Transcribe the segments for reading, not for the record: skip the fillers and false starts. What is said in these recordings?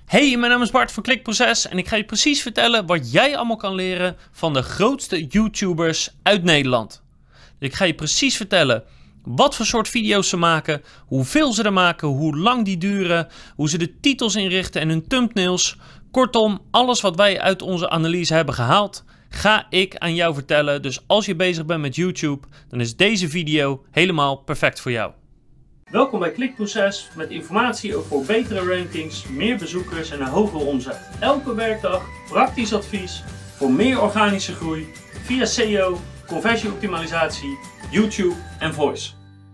Hey, mijn naam is Bart van Klikproces en ik ga je precies vertellen wat jij allemaal kan leren van de grootste YouTubers uit Nederland. Dus ik ga je precies vertellen wat voor soort video's ze maken, hoeveel ze er maken, hoe lang die duren, hoe ze de titels inrichten en hun thumbnails. Kortom, alles wat wij uit onze analyse hebben gehaald, ga ik aan jou vertellen. Dus als je bezig bent met YouTube, dan is deze video helemaal perfect voor jou. Welkom bij Klikproces met informatie voor betere rankings, meer bezoekers en een hogere omzet. Elke werkdag praktisch advies voor meer organische groei via SEO, conversieoptimalisatie, YouTube en Voice.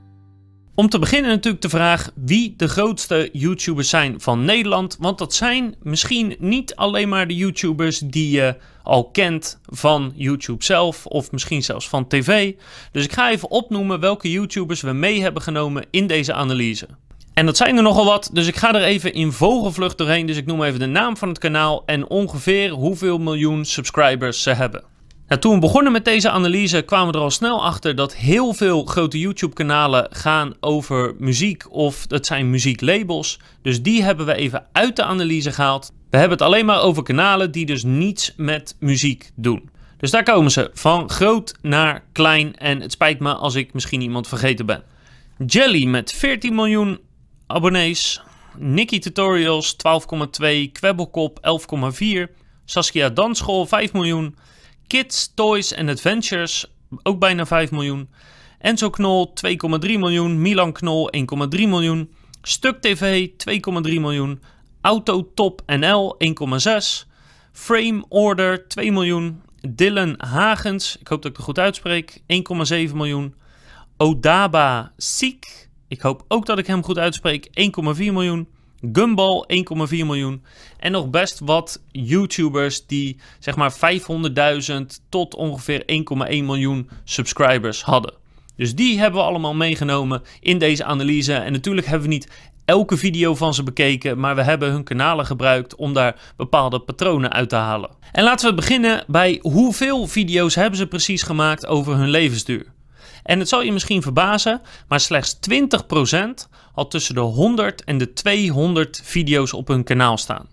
Om te beginnen natuurlijk de vraag wie de grootste YouTubers zijn van Nederland. Want dat zijn misschien niet alleen maar de YouTubers die je al kent van YouTube zelf of misschien zelfs van tv. Dus ik ga even opnoemen welke YouTubers we mee hebben genomen in deze analyse. En dat zijn er nogal wat, dus ik ga er even in vogelvlucht doorheen. Dus ik noem even de naam van het kanaal en ongeveer hoeveel miljoen subscribers ze hebben. Nou, toen we begonnen met deze analyse kwamen we er al snel achter dat heel veel grote YouTube kanalen gaan over muziek of dat zijn muzieklabels. Dus die hebben we even uit de analyse gehaald. We hebben het alleen maar over kanalen die dus niets met muziek doen. Dus daar komen ze van groot naar klein en het spijt me als ik misschien iemand vergeten ben. Jelly met 14 miljoen abonnees, Nicky Tutorials 12,2, Kwebbelkop 11,4, Saskia Dansschool 5 miljoen, Kids, Toys and Adventures, ook bijna 5 miljoen. Enzo Knol, 2,3 miljoen. Milan Knol, 1,3 miljoen. Stuk TV, 2,3 miljoen. Autotop NL, 1,6. Frame Order, 2 miljoen. Dylan Hagens, ik hoop dat ik het goed uitspreek, 1,7 miljoen. Odaba Siek, ik hoop ook dat ik hem goed uitspreek, 1,4 miljoen. Gumball 1,4 miljoen en nog best wat YouTubers die zeg maar 500.000 tot ongeveer 1,1 miljoen subscribers hadden. Dus die hebben we allemaal meegenomen in deze analyse en natuurlijk hebben we niet elke video van ze bekeken, maar we hebben hun kanalen gebruikt om daar bepaalde patronen uit te halen. En laten we beginnen bij hoeveel video's hebben ze precies gemaakt over hun levensduur. En het zal je misschien verbazen, maar slechts 20% had tussen de 100 en de 200 video's op hun kanaal staan.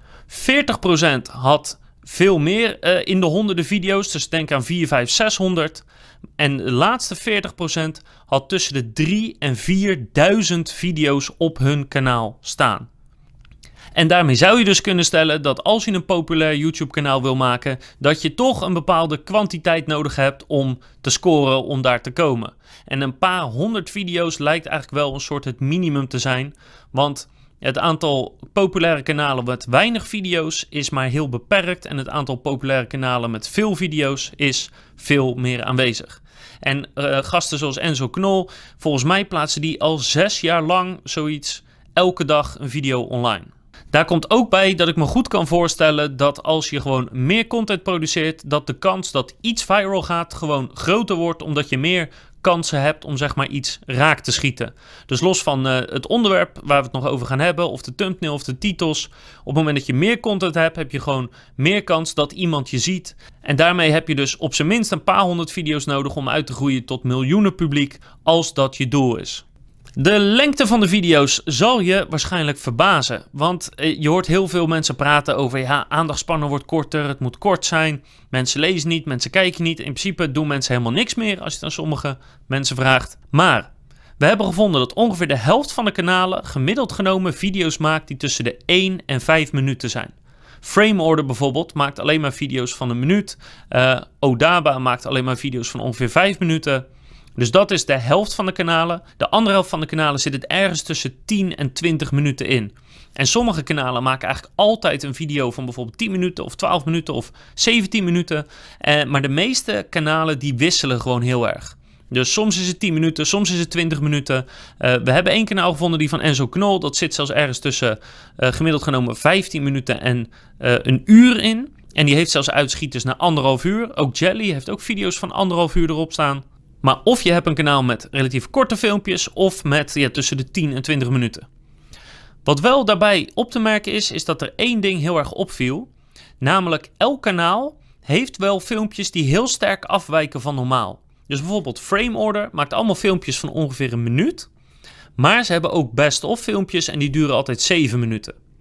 40% had veel meer in de honderden video's, dus denk aan 4, 5, 600. En de laatste 40% had tussen de 3 en 4000 video's op hun kanaal staan. En daarmee zou je dus kunnen stellen dat als je een populair YouTube kanaal wil maken, dat je toch een bepaalde kwantiteit nodig hebt om te scoren, om daar te komen. En een paar honderd video's lijkt eigenlijk wel een soort het minimum te zijn, want het aantal populaire kanalen met weinig video's is maar heel beperkt en het aantal populaire kanalen met veel video's is veel meer aanwezig. En gasten zoals Enzo Knol, volgens mij plaatsen die al 6 jaar lang zoiets elke dag een video online. Daar komt ook bij dat ik me goed kan voorstellen dat als je gewoon meer content produceert, dat de kans dat iets viral gaat gewoon groter wordt, omdat je meer kansen hebt om zeg maar iets raak te schieten. Dus los van het onderwerp waar we het nog over gaan hebben, of de thumbnail of de titels, op het moment dat je meer content hebt, heb je gewoon meer kans dat iemand je ziet. En daarmee heb je dus op zijn minst een paar honderd video's nodig om uit te groeien tot miljoenen publiek, als dat je doel is. De lengte van de video's zal je waarschijnlijk verbazen, want je hoort heel veel mensen praten over ja, aandachtspannen wordt korter, het moet kort zijn, mensen lezen niet, mensen kijken niet. In principe doen mensen helemaal niks meer als je het aan sommige mensen vraagt. Maar we hebben gevonden dat ongeveer de helft van de kanalen gemiddeld genomen video's maakt die tussen de 1 en 5 minuten zijn. Frame Order bijvoorbeeld maakt alleen maar video's van een minuut, Odaba maakt alleen maar video's van ongeveer 5 minuten. Dus dat is de helft van de kanalen. De andere helft van de kanalen zit het ergens tussen 10 en 20 minuten in. En sommige kanalen maken eigenlijk altijd een video van bijvoorbeeld 10 minuten of 12 minuten of 17 minuten. Maar de meeste kanalen die wisselen gewoon heel erg. Dus soms is het 10 minuten, soms is het 20 minuten. We hebben één kanaal gevonden, die van Enzo Knol. Dat zit zelfs ergens tussen gemiddeld genomen 15 minuten en een uur in. En die heeft zelfs uitschieters naar 1,5 uur. Ook Jelly heeft ook video's van 1,5 uur erop staan. Maar of je hebt een kanaal met relatief korte filmpjes of met tussen de 10 en 20 minuten. Wat wel daarbij op te merken is dat er één ding heel erg opviel. Namelijk elk kanaal heeft wel filmpjes die heel sterk afwijken van normaal. Dus bijvoorbeeld Frame Order maakt allemaal filmpjes van ongeveer een minuut. Maar ze hebben ook best-of filmpjes en die duren altijd 7 minuten.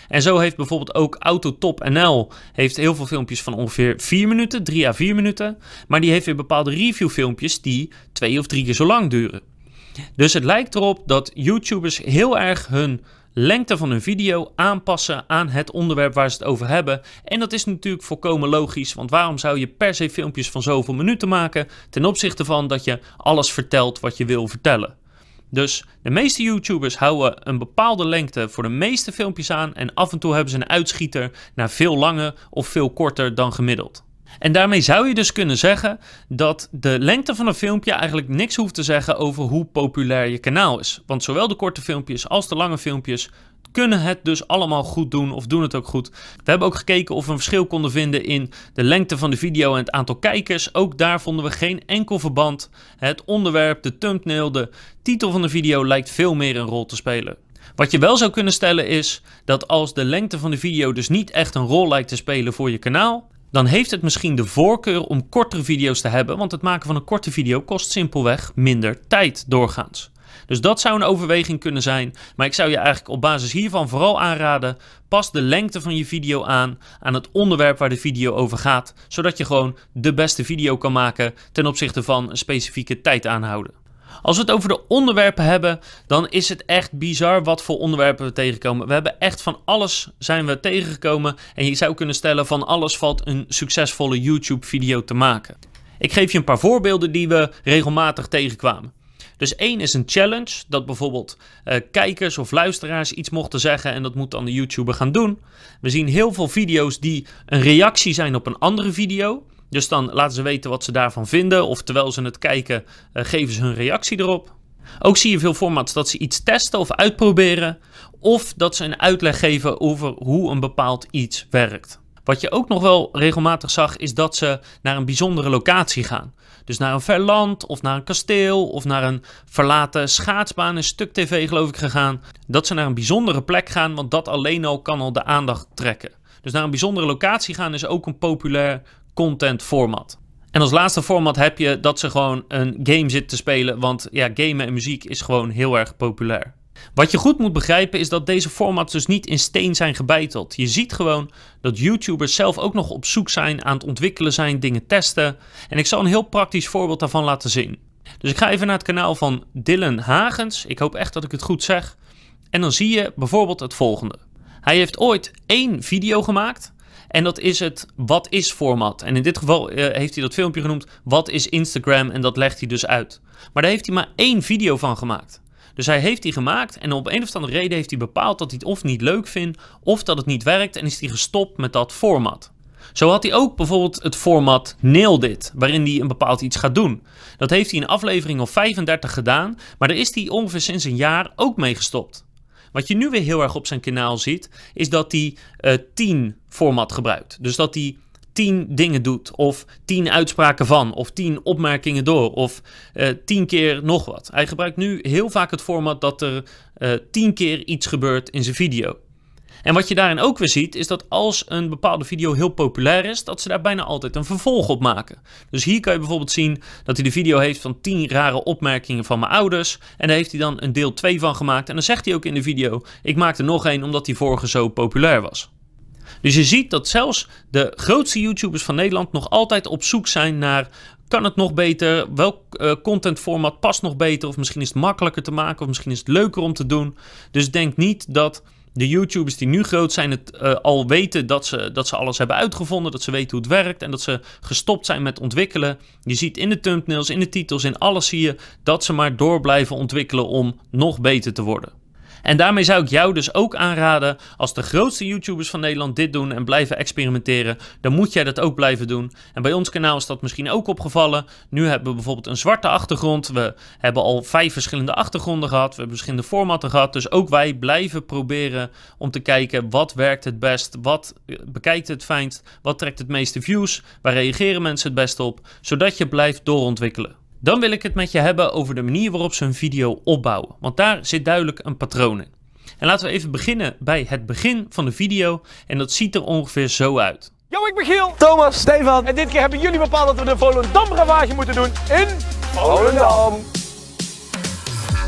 En zo heeft bijvoorbeeld ook Autotop NL heeft heel veel filmpjes van ongeveer 4 minuten, 3 à 4 minuten. Maar die heeft weer bepaalde reviewfilmpjes die 2 of 3 keer zo lang duren. Dus het lijkt erop dat YouTubers heel erg hun lengte van hun video aanpassen aan het onderwerp waar ze het over hebben. En dat is natuurlijk volkomen logisch, want waarom zou je per se filmpjes van zoveel minuten maken ten opzichte van dat je alles vertelt wat je wil vertellen. Dus de meeste YouTubers houden een bepaalde lengte voor de meeste filmpjes aan en af en toe hebben ze een uitschieter naar veel langer of veel korter dan gemiddeld. En daarmee zou je dus kunnen zeggen dat de lengte van een filmpje eigenlijk niks hoeft te zeggen over hoe populair je kanaal is. Want zowel de korte filmpjes als de lange filmpjes kunnen het dus allemaal goed doen of doen het ook goed. We hebben ook gekeken of we een verschil konden vinden in de lengte van de video en het aantal kijkers. Ook daar vonden we geen enkel verband. Het onderwerp, de thumbnail, de titel van de video lijkt veel meer een rol te spelen. Wat je wel zou kunnen stellen is dat als de lengte van de video dus niet echt een rol lijkt te spelen voor je kanaal, dan heeft het misschien de voorkeur om kortere video's te hebben, want het maken van een korte video kost simpelweg minder tijd doorgaans. Dus dat zou een overweging kunnen zijn, maar ik zou je eigenlijk op basis hiervan vooral aanraden, pas de lengte van je video aan het onderwerp waar de video over gaat, zodat je gewoon de beste video kan maken ten opzichte van een specifieke tijd aanhouden. Als we het over de onderwerpen hebben, dan is het echt bizar wat voor onderwerpen we tegenkomen. We hebben echt van alles zijn we tegengekomen en je zou kunnen stellen van alles valt een succesvolle YouTube video te maken. Ik geef je een paar voorbeelden die we regelmatig tegenkwamen. Dus 1 is een challenge, dat bijvoorbeeld kijkers of luisteraars iets mochten zeggen en dat moet dan de YouTuber gaan doen. We zien heel veel video's die een reactie zijn op een andere video. Dus dan laten ze weten wat ze daarvan vinden of terwijl ze het kijken geven ze hun reactie erop. Ook zie je veel formats dat ze iets testen of uitproberen of dat ze een uitleg geven over hoe een bepaald iets werkt. Wat je ook nog wel regelmatig zag is dat ze naar een bijzondere locatie gaan. Dus naar een ver land of naar een kasteel of naar een verlaten schaatsbaan, een stuk tv geloof ik gegaan. Dat ze naar een bijzondere plek gaan, want dat alleen al kan al de aandacht trekken. Dus naar een bijzondere locatie gaan is ook een populair content format. En als laatste format heb je dat ze gewoon een game zitten te spelen, want ja, gamen en muziek is gewoon heel erg populair. Wat je goed moet begrijpen is dat deze formats dus niet in steen zijn gebeiteld. Je ziet gewoon dat YouTubers zelf ook nog op zoek zijn, aan het ontwikkelen zijn, dingen testen. En ik zal een heel praktisch voorbeeld daarvan laten zien. Dus ik ga even naar het kanaal van Dylan Hagens. Ik hoop echt dat ik het goed zeg. En dan zie je bijvoorbeeld het volgende. Hij heeft ooit 1 video gemaakt. En dat is het wat is format. En in dit geval heeft hij dat filmpje genoemd wat is Instagram en dat legt hij dus uit. Maar daar heeft hij maar 1 video van gemaakt. Dus hij heeft die gemaakt en op een of andere reden heeft hij bepaald dat hij het of niet leuk vindt of dat het niet werkt en is hij gestopt met dat format. Zo had hij ook bijvoorbeeld het format Nailed It, waarin hij een bepaald iets gaat doen. Dat heeft hij in aflevering of 35 gedaan, maar daar is hij ongeveer sinds een jaar ook mee gestopt. Wat je nu weer heel erg op zijn kanaal ziet, is dat hij 10 format gebruikt. Dus dat hij 10 dingen doet, of 10 uitspraken van, of 10 opmerkingen door, of 10 keer nog wat. Hij gebruikt nu heel vaak het format dat er 10 keer iets gebeurt in zijn video. En wat je daarin ook weer ziet, is dat als een bepaalde video heel populair is, dat ze daar bijna altijd een vervolg op maken. Dus hier kan je bijvoorbeeld zien dat hij de video heeft van 10 rare opmerkingen van mijn ouders. En daar heeft hij dan een deel 2 van gemaakt. En dan zegt hij ook in de video, ik maak er nog één omdat die vorige zo populair was. Dus je ziet dat zelfs de grootste YouTubers van Nederland nog altijd op zoek zijn naar, kan het nog beter, welk contentformat past nog beter, of misschien is het makkelijker te maken, of misschien is het leuker om te doen. Dus denk niet dat de YouTubers die nu groot zijn het al weten dat ze alles hebben uitgevonden, dat ze weten hoe het werkt en dat ze gestopt zijn met ontwikkelen. Je ziet in de thumbnails, in de titels, in alles zie je dat ze maar door blijven ontwikkelen om nog beter te worden. En daarmee zou ik jou dus ook aanraden, als de grootste YouTubers van Nederland dit doen en blijven experimenteren, dan moet jij dat ook blijven doen. En bij ons kanaal is dat misschien ook opgevallen. Nu hebben we bijvoorbeeld een zwarte achtergrond. We hebben al 5 verschillende achtergronden gehad. We hebben verschillende formatten gehad. Dus ook wij blijven proberen om te kijken wat werkt het best, wat bekijkt het fijnst, wat trekt het meeste views, waar reageren mensen het best op, zodat je blijft doorontwikkelen. Dan wil ik het met je hebben over de manier waarop ze een video opbouwen, want daar zit duidelijk een patroon in. En laten we even beginnen bij het begin van de video en dat ziet er ongeveer zo uit. Yo, ik ben Giel, Thomas, Stefan en dit keer hebben jullie bepaald dat we de Volendam ravage moeten doen in Volendam.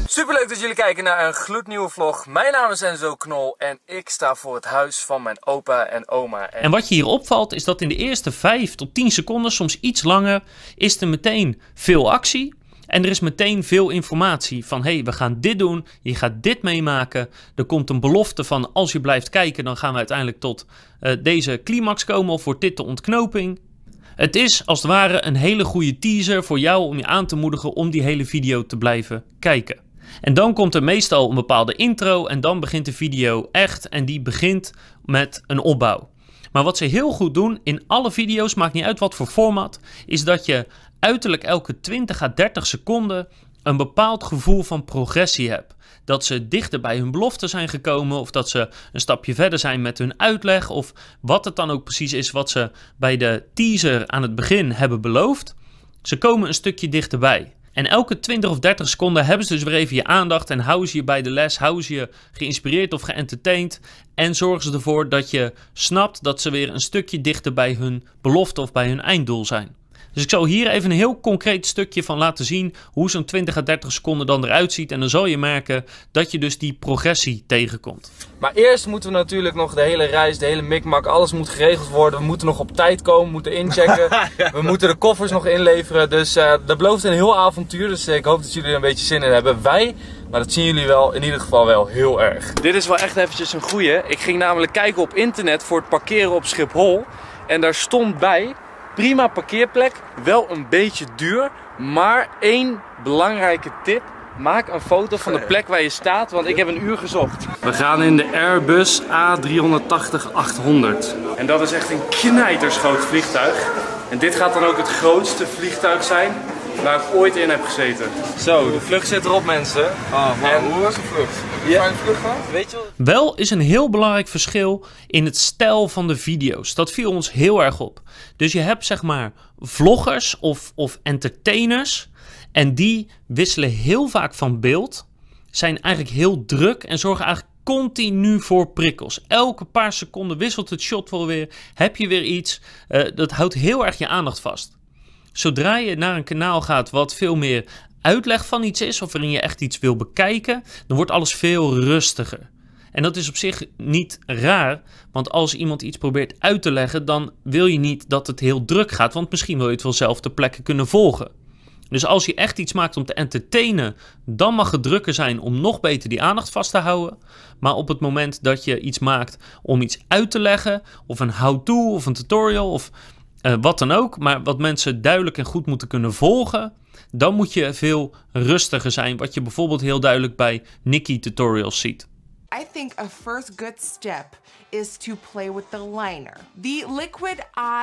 Superleuk dat jullie kijken naar een gloednieuwe vlog. Mijn naam is Enzo Knol en ik sta voor het huis van mijn opa en oma. En wat je hier opvalt is dat in de eerste 5 tot 10 seconden, soms iets langer, is er meteen veel actie. En er is meteen veel informatie van hey, we gaan dit doen, je gaat dit meemaken. Er komt een belofte van als je blijft kijken dan gaan we uiteindelijk tot deze climax komen of wordt dit de ontknoping. Het is als het ware een hele goede teaser voor jou om je aan te moedigen om die hele video te blijven kijken. En dan komt er meestal een bepaalde intro en dan begint de video echt en die begint met een opbouw. Maar wat ze heel goed doen in alle video's, maakt niet uit wat voor format, is dat je uiterlijk elke 20 à 30 seconden een bepaald gevoel van progressie hebt. Dat ze dichter bij hun belofte zijn gekomen of dat ze een stapje verder zijn met hun uitleg of wat het dan ook precies is wat ze bij de teaser aan het begin hebben beloofd. Ze komen een stukje dichterbij. En elke 20 of 30 seconden hebben ze dus weer even je aandacht en houden ze je bij de les, houden ze je geïnspireerd of geëntertained en zorgen ze ervoor dat je snapt dat ze weer een stukje dichter bij hun belofte of bij hun einddoel zijn. Dus ik zal hier even een heel concreet stukje van laten zien hoe zo'n 20 à 30 seconden dan eruit ziet en dan zal je merken dat je dus die progressie tegenkomt. Maar eerst moeten we natuurlijk nog de hele reis, de hele mikmak, alles moet geregeld worden. We moeten nog op tijd komen, we moeten inchecken, we moeten de koffers nog inleveren. Dus dat belooft een heel avontuur, dus ik hoop dat jullie er een beetje zin in hebben. Wij, maar dat zien jullie wel, in ieder geval wel heel erg. Dit is wel echt eventjes een goeie. Ik ging namelijk kijken op internet voor het parkeren op Schiphol en daar stond bij: prima parkeerplek, wel een beetje duur, maar één belangrijke tip: maak een foto van de plek waar je staat, want ik heb een uur gezocht. We gaan in de Airbus A380-800. En dat is echt een knijtersgroot vliegtuig. En dit gaat dan ook het grootste vliegtuig zijn waar ik ooit in heb gezeten. Zo, de vlucht zit erop, mensen. Oh, maar hoe was de vlucht? Heb je een fijne vlucht gehad? Weet je wat? Wel is een heel belangrijk verschil in het stijl van de video's. Dat viel ons heel erg op. Dus je hebt zeg maar vloggers of entertainers en die wisselen heel vaak van beeld, zijn eigenlijk heel druk en zorgen eigenlijk continu voor prikkels. Elke paar seconden wisselt het shot wel weer, heb je weer iets, dat houdt heel erg je aandacht vast. Zodra je naar een kanaal gaat wat veel meer uitleg van iets is of waarin je echt iets wil bekijken, dan wordt alles veel rustiger. En dat is op zich niet raar, want als iemand iets probeert uit te leggen, dan wil je niet dat het heel druk gaat, want misschien wil je het wel zelf ter plekke kunnen volgen. Dus als je echt iets maakt om te entertainen, dan mag het drukker zijn om nog beter die aandacht vast te houden. Maar op het moment dat je iets maakt om iets uit te leggen, of een how-to of een tutorial of wat dan ook, maar wat mensen duidelijk en goed moeten kunnen volgen, dan moet je veel rustiger zijn, wat je bijvoorbeeld heel duidelijk bij Nikki tutorials ziet. I think a first good step is to play with the liner. The liquid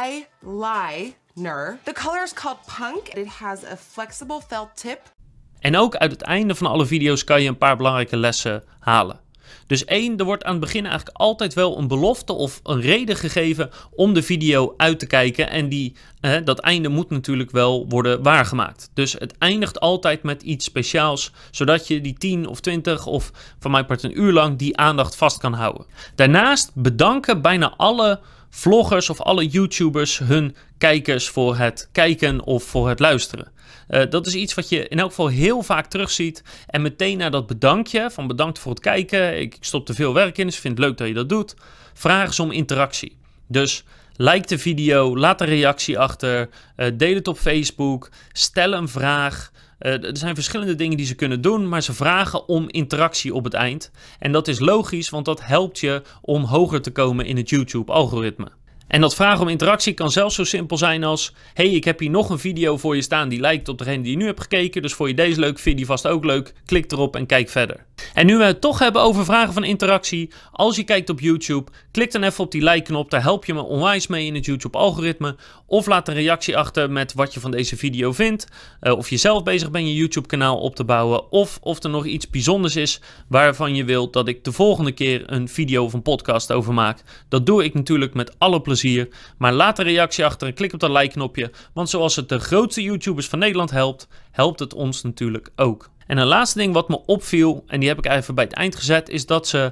eyeliner. The color is called Punk. It has a flexible felt tip. En ook uit het einde van alle video's kan je een paar belangrijke lessen halen. Dus 1, er wordt aan het begin eigenlijk altijd wel een belofte of een reden gegeven om de video uit te kijken. En dat einde moet natuurlijk wel worden waargemaakt. Dus het eindigt altijd met iets speciaals, zodat je die 10 of 20 of van mijn part een uur lang die aandacht vast kan houden. Daarnaast bedanken bijna alle vloggers of alle YouTubers hun kijkers voor het kijken of voor het luisteren. Dat is iets wat je in elk geval heel vaak terugziet. En meteen na dat bedankje, van bedankt voor het kijken, ik stop er veel werk in, dus ik vind het leuk dat je dat doet, vragen ze om interactie. Dus like de video, laat een reactie achter, deel het op Facebook, stel een vraag. Er zijn verschillende dingen die ze kunnen doen, maar ze vragen om interactie op het eind. En dat is logisch, want dat helpt je om hoger te komen in het YouTube-algoritme. En dat vragen om interactie kan zelfs zo simpel zijn als: hey, ik heb hier nog een video voor je staan die lijkt op degene die je nu hebt gekeken, dus vond je deze leuk, vind je die vast ook leuk, klik erop en kijk verder. En nu we het toch hebben over vragen van interactie, als je kijkt op YouTube, klik dan even op die like-knop, daar help je me onwijs mee in het YouTube-algoritme. Of laat een reactie achter met wat je van deze video vindt, of je zelf bezig bent je YouTube-kanaal op te bouwen, of er nog iets bijzonders is waarvan je wilt dat ik de volgende keer een video of een podcast over maak. Dat doe ik natuurlijk met alle plezier, maar laat een reactie achter en klik op dat like-knopje, want zoals het de grootste YouTubers van Nederland helpt, helpt het ons natuurlijk ook. En een laatste ding wat me opviel, en die heb ik even bij het eind gezet, is dat ze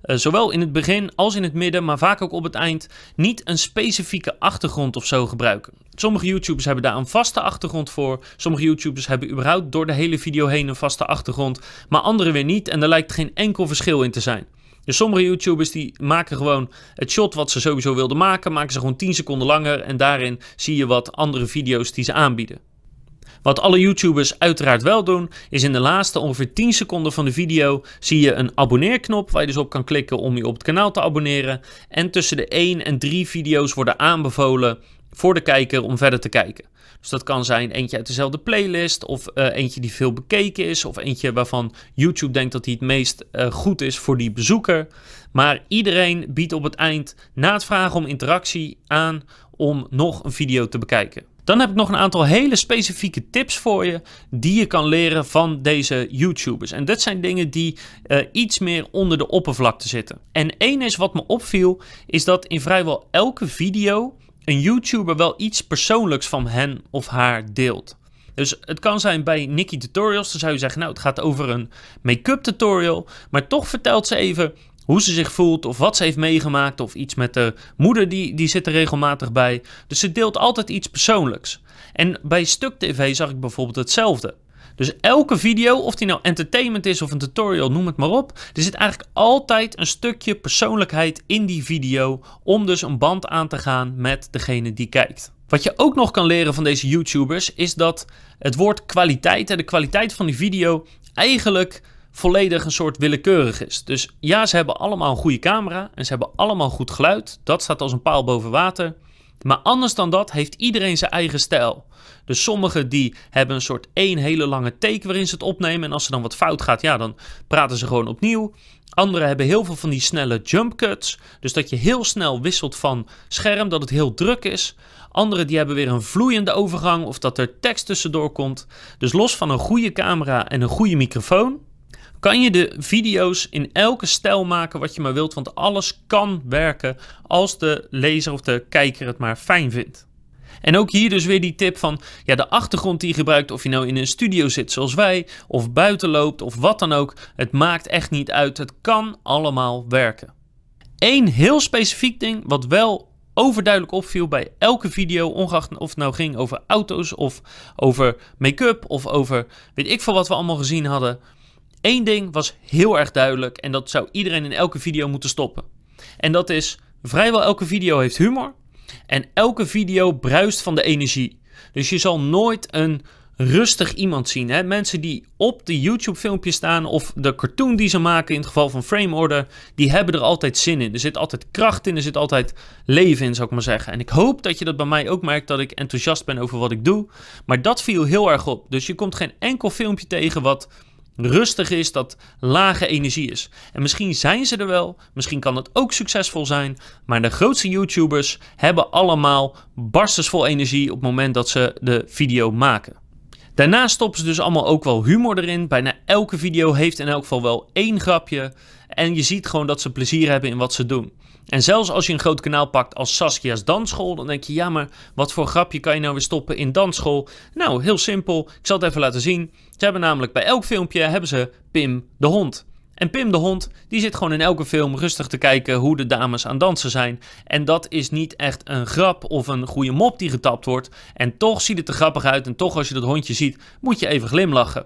zowel in het begin als in het midden, maar vaak ook op het eind, niet een specifieke achtergrond of zo gebruiken. Sommige YouTubers hebben daar een vaste achtergrond voor. Sommige YouTubers hebben überhaupt door de hele video heen een vaste achtergrond, maar andere weer niet. En daar lijkt geen enkel verschil in te zijn. Dus sommige YouTubers die maken gewoon het shot wat ze sowieso wilden maken, maken ze gewoon 10 seconden langer en daarin zie je wat andere video's die ze aanbieden. Wat alle YouTubers uiteraard wel doen, is in de laatste ongeveer 10 seconden van de video zie je een abonneerknop waar je dus op kan klikken om je op het kanaal te abonneren. En tussen de 1 en 3 video's worden aanbevolen voor de kijker om verder te kijken. Dus dat kan zijn eentje uit dezelfde playlist of eentje die veel bekeken is of eentje waarvan YouTube denkt dat die het meest goed is voor die bezoeker. Maar iedereen biedt op het eind na het vragen om interactie aan om nog een video te bekijken. Dan heb ik nog een aantal hele specifieke tips voor je die je kan leren van deze YouTubers. En dit zijn dingen die iets meer onder de oppervlakte zitten. En één is wat me opviel, is dat in vrijwel elke video een YouTuber wel iets persoonlijks van hen of haar deelt. Dus het kan zijn bij Nikki Tutorials, dan zou je zeggen, nou het gaat over een make-up tutorial, maar toch vertelt ze even hoe ze zich voelt of wat ze heeft meegemaakt of iets met de moeder die zit er regelmatig bij. Dus ze deelt altijd iets persoonlijks. En bij Stuk TV zag ik bijvoorbeeld hetzelfde. Dus elke video, of die nou entertainment is of een tutorial, noem het maar op, er zit eigenlijk altijd een stukje persoonlijkheid in die video om dus een band aan te gaan met degene die kijkt. Wat je ook nog kan leren van deze YouTubers is dat het woord kwaliteit en de kwaliteit van die video eigenlijk volledig een soort willekeurig is. Dus ja, ze hebben allemaal een goede camera en ze hebben allemaal goed geluid. Dat staat als een paal boven water. Maar anders dan dat heeft iedereen zijn eigen stijl. Dus sommigen die hebben een soort één hele lange take waarin ze het opnemen. En als er dan wat fout gaat, ja, dan praten ze gewoon opnieuw. Anderen hebben heel veel van die snelle jump cuts. Dus dat je heel snel wisselt van scherm, dat het heel druk is. Anderen die hebben weer een vloeiende overgang of dat er tekst tussendoor komt. Dus los van een goede camera en een goede microfoon kan je de video's in elke stijl maken wat je maar wilt, want alles kan werken als de lezer of de kijker het maar fijn vindt. En ook hier dus weer die tip van, ja, de achtergrond die je gebruikt, of je nou in een studio zit zoals wij, of buiten loopt, of wat dan ook, het maakt echt niet uit. Het kan allemaal werken. Eén heel specifiek ding wat wel overduidelijk opviel bij elke video, ongeacht of het nou ging over auto's, of over make-up, of over weet ik veel wat we allemaal gezien hadden. Eén ding was heel erg duidelijk en dat zou iedereen in elke video moeten stoppen. En dat is, vrijwel elke video heeft humor en elke video bruist van de energie. Dus je zal nooit een rustig iemand zien. Hè? Mensen die op de YouTube filmpjes staan of de cartoon die ze maken in het geval van Frame Order, die hebben er altijd zin in. Er zit altijd kracht in, er zit altijd leven in, zou ik maar zeggen. En ik hoop dat je dat bij mij ook merkt, dat ik enthousiast ben over wat ik doe. Maar dat viel heel erg op. Dus je komt geen enkel filmpje tegen wat rustig is, dat lage energie is. En misschien zijn ze er wel, misschien kan het ook succesvol zijn, maar de grootste YouTubers hebben allemaal barstensvol energie op het moment dat ze de video maken. Daarnaast stoppen ze dus allemaal ook wel humor erin. Bijna elke video heeft in elk geval wel één grapje. En je ziet gewoon dat ze plezier hebben in wat ze doen. En zelfs als je een groot kanaal pakt als Saskia's Dansschool, dan denk je, ja, maar wat voor grapje kan je nou weer stoppen in dansschool? Nou, heel simpel. Ik zal het even laten zien. Ze hebben namelijk bij elk filmpje hebben ze Pim de hond. En Pim de hond, die zit gewoon in elke film rustig te kijken hoe de dames aan dansen zijn. En dat is niet echt een grap of een goede mop die getapt wordt. En toch ziet het er grappig uit en toch als je dat hondje ziet, moet je even glimlachen.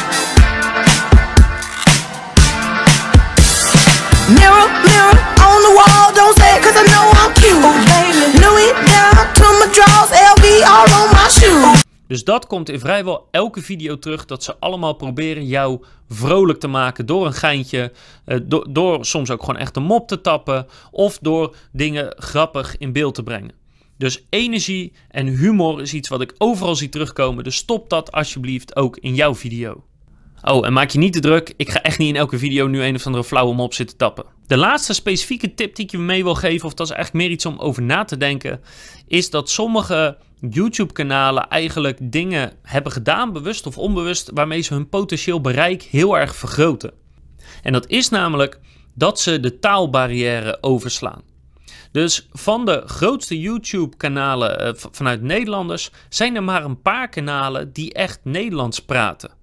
Mirror, mirror on the wall, don't say it 'cause I know I'm cute. Oh baby, Louis down to my drawers, LV all on my shoes. Dus dat komt in vrijwel elke video terug, dat ze allemaal proberen jou vrolijk te maken door een geintje, door soms ook gewoon echt een mop te tappen of door dingen grappig in beeld te brengen. Dus energie en humor is iets wat ik overal zie terugkomen, dus stop dat alsjeblieft ook in jouw video. Oh, en maak je niet te druk, ik ga echt niet in elke video nu een of andere flauwe mop zitten tappen. De laatste specifieke tip die ik je mee wil geven, of dat is eigenlijk meer iets om over na te denken, is dat sommige YouTube-kanalen eigenlijk dingen hebben gedaan, bewust of onbewust, waarmee ze hun potentieel bereik heel erg vergroten. En dat is namelijk dat ze de taalbarrière overslaan. Dus van de grootste YouTube-kanalen vanuit Nederlanders zijn er maar een paar kanalen die echt Nederlands praten.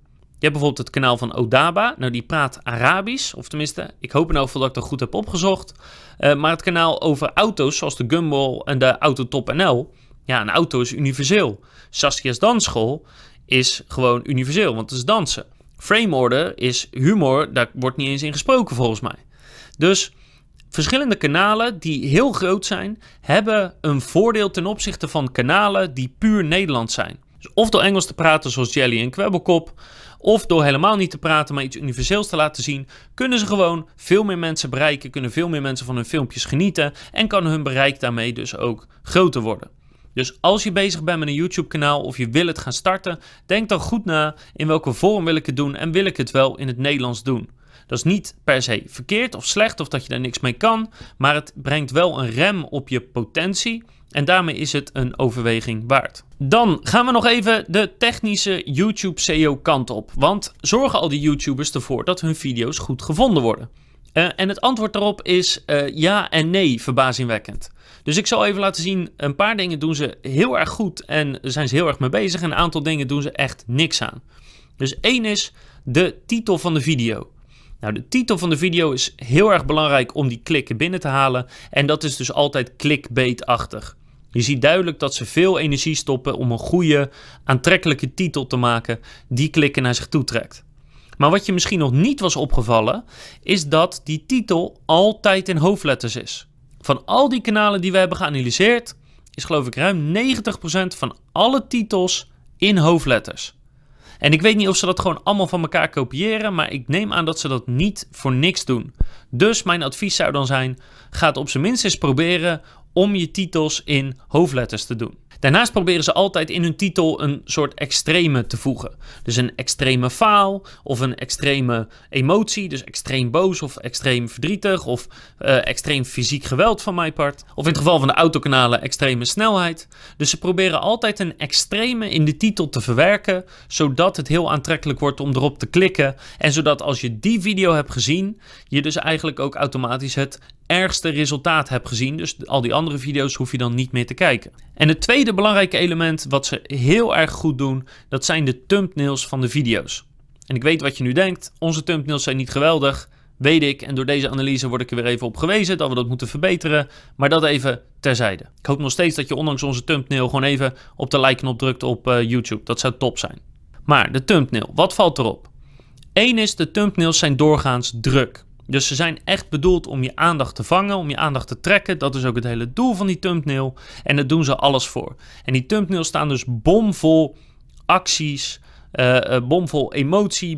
Je hebt bijvoorbeeld het kanaal van Odaba. Nou, die praat Arabisch. Of tenminste, ik hoop in elk geval dat ik dat goed heb opgezocht. Maar het kanaal over auto's, zoals de Gumball en de Autotop NL. Ja, een auto is universeel. Saskia's dansschool is gewoon universeel, want het is dansen. Frame Order is humor, daar wordt niet eens in gesproken volgens mij. Dus verschillende kanalen die heel groot zijn, hebben een voordeel ten opzichte van kanalen die puur Nederlands zijn. Dus of door Engels te praten zoals Jelly en Kwebbelkop, of door helemaal niet te praten maar iets universeels te laten zien, kunnen ze gewoon veel meer mensen bereiken, kunnen veel meer mensen van hun filmpjes genieten en kan hun bereik daarmee dus ook groter worden. Dus als je bezig bent met een YouTube kanaal of je wil het gaan starten, denk dan goed na in welke vorm wil ik het doen en wil ik het wel in het Nederlands doen. Dat is niet per se verkeerd of slecht of dat je daar niks mee kan, maar het brengt wel een rem op je potentie en daarmee is het een overweging waard. Dan gaan we nog even de technische YouTube SEO kant op, want zorgen al die YouTubers ervoor dat hun video's goed gevonden worden? En het antwoord daarop is ja en nee, verbazingwekkend. Dus ik zal even laten zien, een paar dingen doen ze heel erg goed en zijn ze heel erg mee bezig. En een aantal dingen doen ze echt niks aan. Dus 1 is de titel van de video. Nou, de titel van de video is heel erg belangrijk om die klikken binnen te halen. En dat is dus altijd clickbait-achtig. Je ziet duidelijk dat ze veel energie stoppen om een goede, aantrekkelijke titel te maken die klikken naar zich toe trekt. Maar wat je misschien nog niet was opgevallen, is dat die titel altijd in hoofdletters is. Van al die kanalen die we hebben geanalyseerd, is geloof ik ruim 90% van alle titels in hoofdletters. En ik weet niet of ze dat gewoon allemaal van elkaar kopiëren, maar ik neem aan dat ze dat niet voor niks doen. Dus mijn advies zou dan zijn, ga het op zijn minst eens proberen om je titels in hoofdletters te doen. Daarnaast proberen ze altijd in hun titel een soort extreme te voegen. Dus een extreme faal of een extreme emotie, dus extreem boos of extreem verdrietig of extreem fysiek geweld van mijn part. Of in het geval van de autokanalen extreme snelheid. Dus ze proberen altijd een extreme in de titel te verwerken, zodat het heel aantrekkelijk wordt om erop te klikken. En zodat als je die video hebt gezien, je dus eigenlijk ook automatisch het ergste resultaat hebt gezien. Dus al die andere video's hoef je dan niet meer te kijken. En het tweede belangrijke element wat ze heel erg goed doen, dat zijn de thumbnails van de video's. En ik weet wat je nu denkt, onze thumbnails zijn niet geweldig, weet ik. En door deze analyse word ik er weer even op gewezen dat we dat moeten verbeteren. Maar dat even terzijde. Ik hoop nog steeds dat je ondanks onze thumbnail gewoon even op de like-knop drukt op YouTube. Dat zou top zijn. Maar de thumbnail, wat valt erop? 1 is, de thumbnails zijn doorgaans druk. Dus ze zijn echt bedoeld om je aandacht te vangen, om je aandacht te trekken. Dat is ook het hele doel van die thumbnail. En daar doen ze alles voor. En die thumbnails staan dus bomvol acties, bomvol emotie,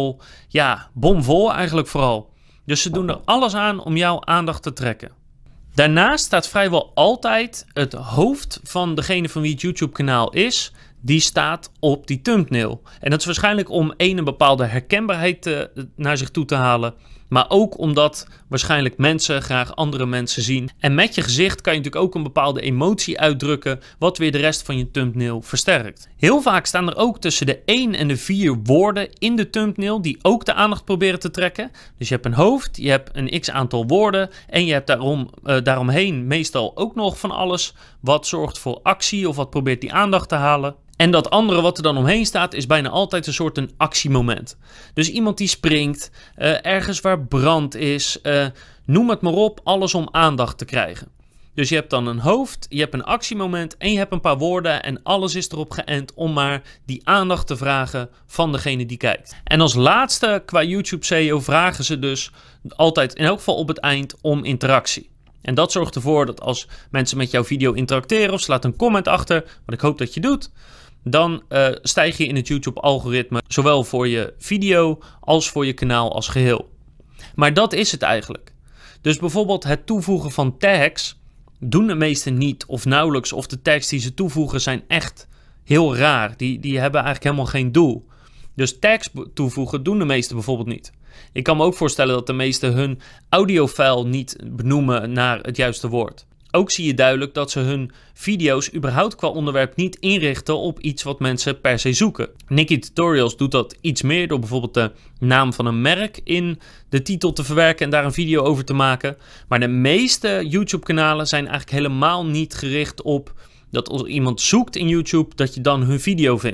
bomvol eigenlijk vooral. Dus ze doen er alles aan om jouw aandacht te trekken. Daarnaast staat vrijwel altijd het hoofd van degene van wie het YouTube kanaal is, die staat op die thumbnail. En dat is waarschijnlijk om een bepaalde herkenbaarheid naar zich toe te halen. Maar ook omdat waarschijnlijk mensen graag andere mensen zien. En met je gezicht kan je natuurlijk ook een bepaalde emotie uitdrukken, wat weer de rest van je thumbnail versterkt. Heel vaak staan er ook tussen de 1 en de 4 woorden in de thumbnail die ook de aandacht proberen te trekken. Dus je hebt een hoofd, je hebt een x-aantal woorden en je hebt daaromheen meestal ook nog van alles wat zorgt voor actie of wat probeert die aandacht te halen. En dat andere wat er dan omheen staat is bijna altijd een soort een actiemoment. Dus iemand die springt, ergens waar brand is, noem het maar op, alles om aandacht te krijgen. Dus je hebt dan een hoofd, je hebt een actiemoment en je hebt een paar woorden en alles is erop geënt om maar die aandacht te vragen van degene die kijkt. En als laatste qua YouTube SEO vragen ze dus altijd in elk geval op het eind om interactie. En dat zorgt ervoor dat als mensen met jouw video interacteren of ze laten een comment achter, wat ik hoop dat je doet, dan stijg je in het YouTube-algoritme, zowel voor je video als voor je kanaal als geheel. Maar dat is het eigenlijk. Dus bijvoorbeeld het toevoegen van tags doen de meesten niet of nauwelijks, of de tags die ze toevoegen zijn echt heel raar. Die hebben eigenlijk helemaal geen doel. Dus tags toevoegen doen de meesten bijvoorbeeld niet. Ik kan me ook voorstellen dat de meesten hun audiofile niet benoemen naar het juiste woord. Ook zie je duidelijk dat ze hun video's überhaupt qua onderwerp niet inrichten op iets wat mensen per se zoeken. Nikki Tutorials doet dat iets meer door bijvoorbeeld de naam van een merk in de titel te verwerken en daar een video over te maken. Maar de meeste YouTube kanalen zijn eigenlijk helemaal niet gericht op dat als iemand zoekt in YouTube dat je dan hun video vindt.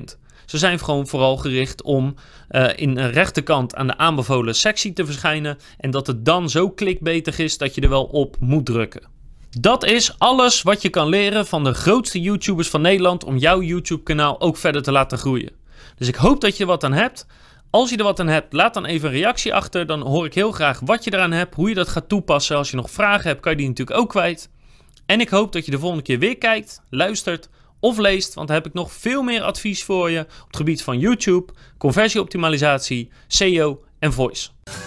Ze zijn gewoon vooral gericht om in een rechterkant aan de aanbevolen sectie te verschijnen. En dat het dan zo clickbaitig is dat je er wel op moet drukken. Dat is alles wat je kan leren van de grootste YouTubers van Nederland om jouw YouTube kanaal ook verder te laten groeien. Dus ik hoop dat je er wat aan hebt. Als je er wat aan hebt, laat dan even een reactie achter. Dan hoor ik heel graag wat je eraan hebt, hoe je dat gaat toepassen. Als je nog vragen hebt, kan je die natuurlijk ook kwijt. En ik hoop dat je de volgende keer weer kijkt, luistert of leest. Want dan heb ik nog veel meer advies voor je op het gebied van YouTube, conversieoptimalisatie, SEO en voice.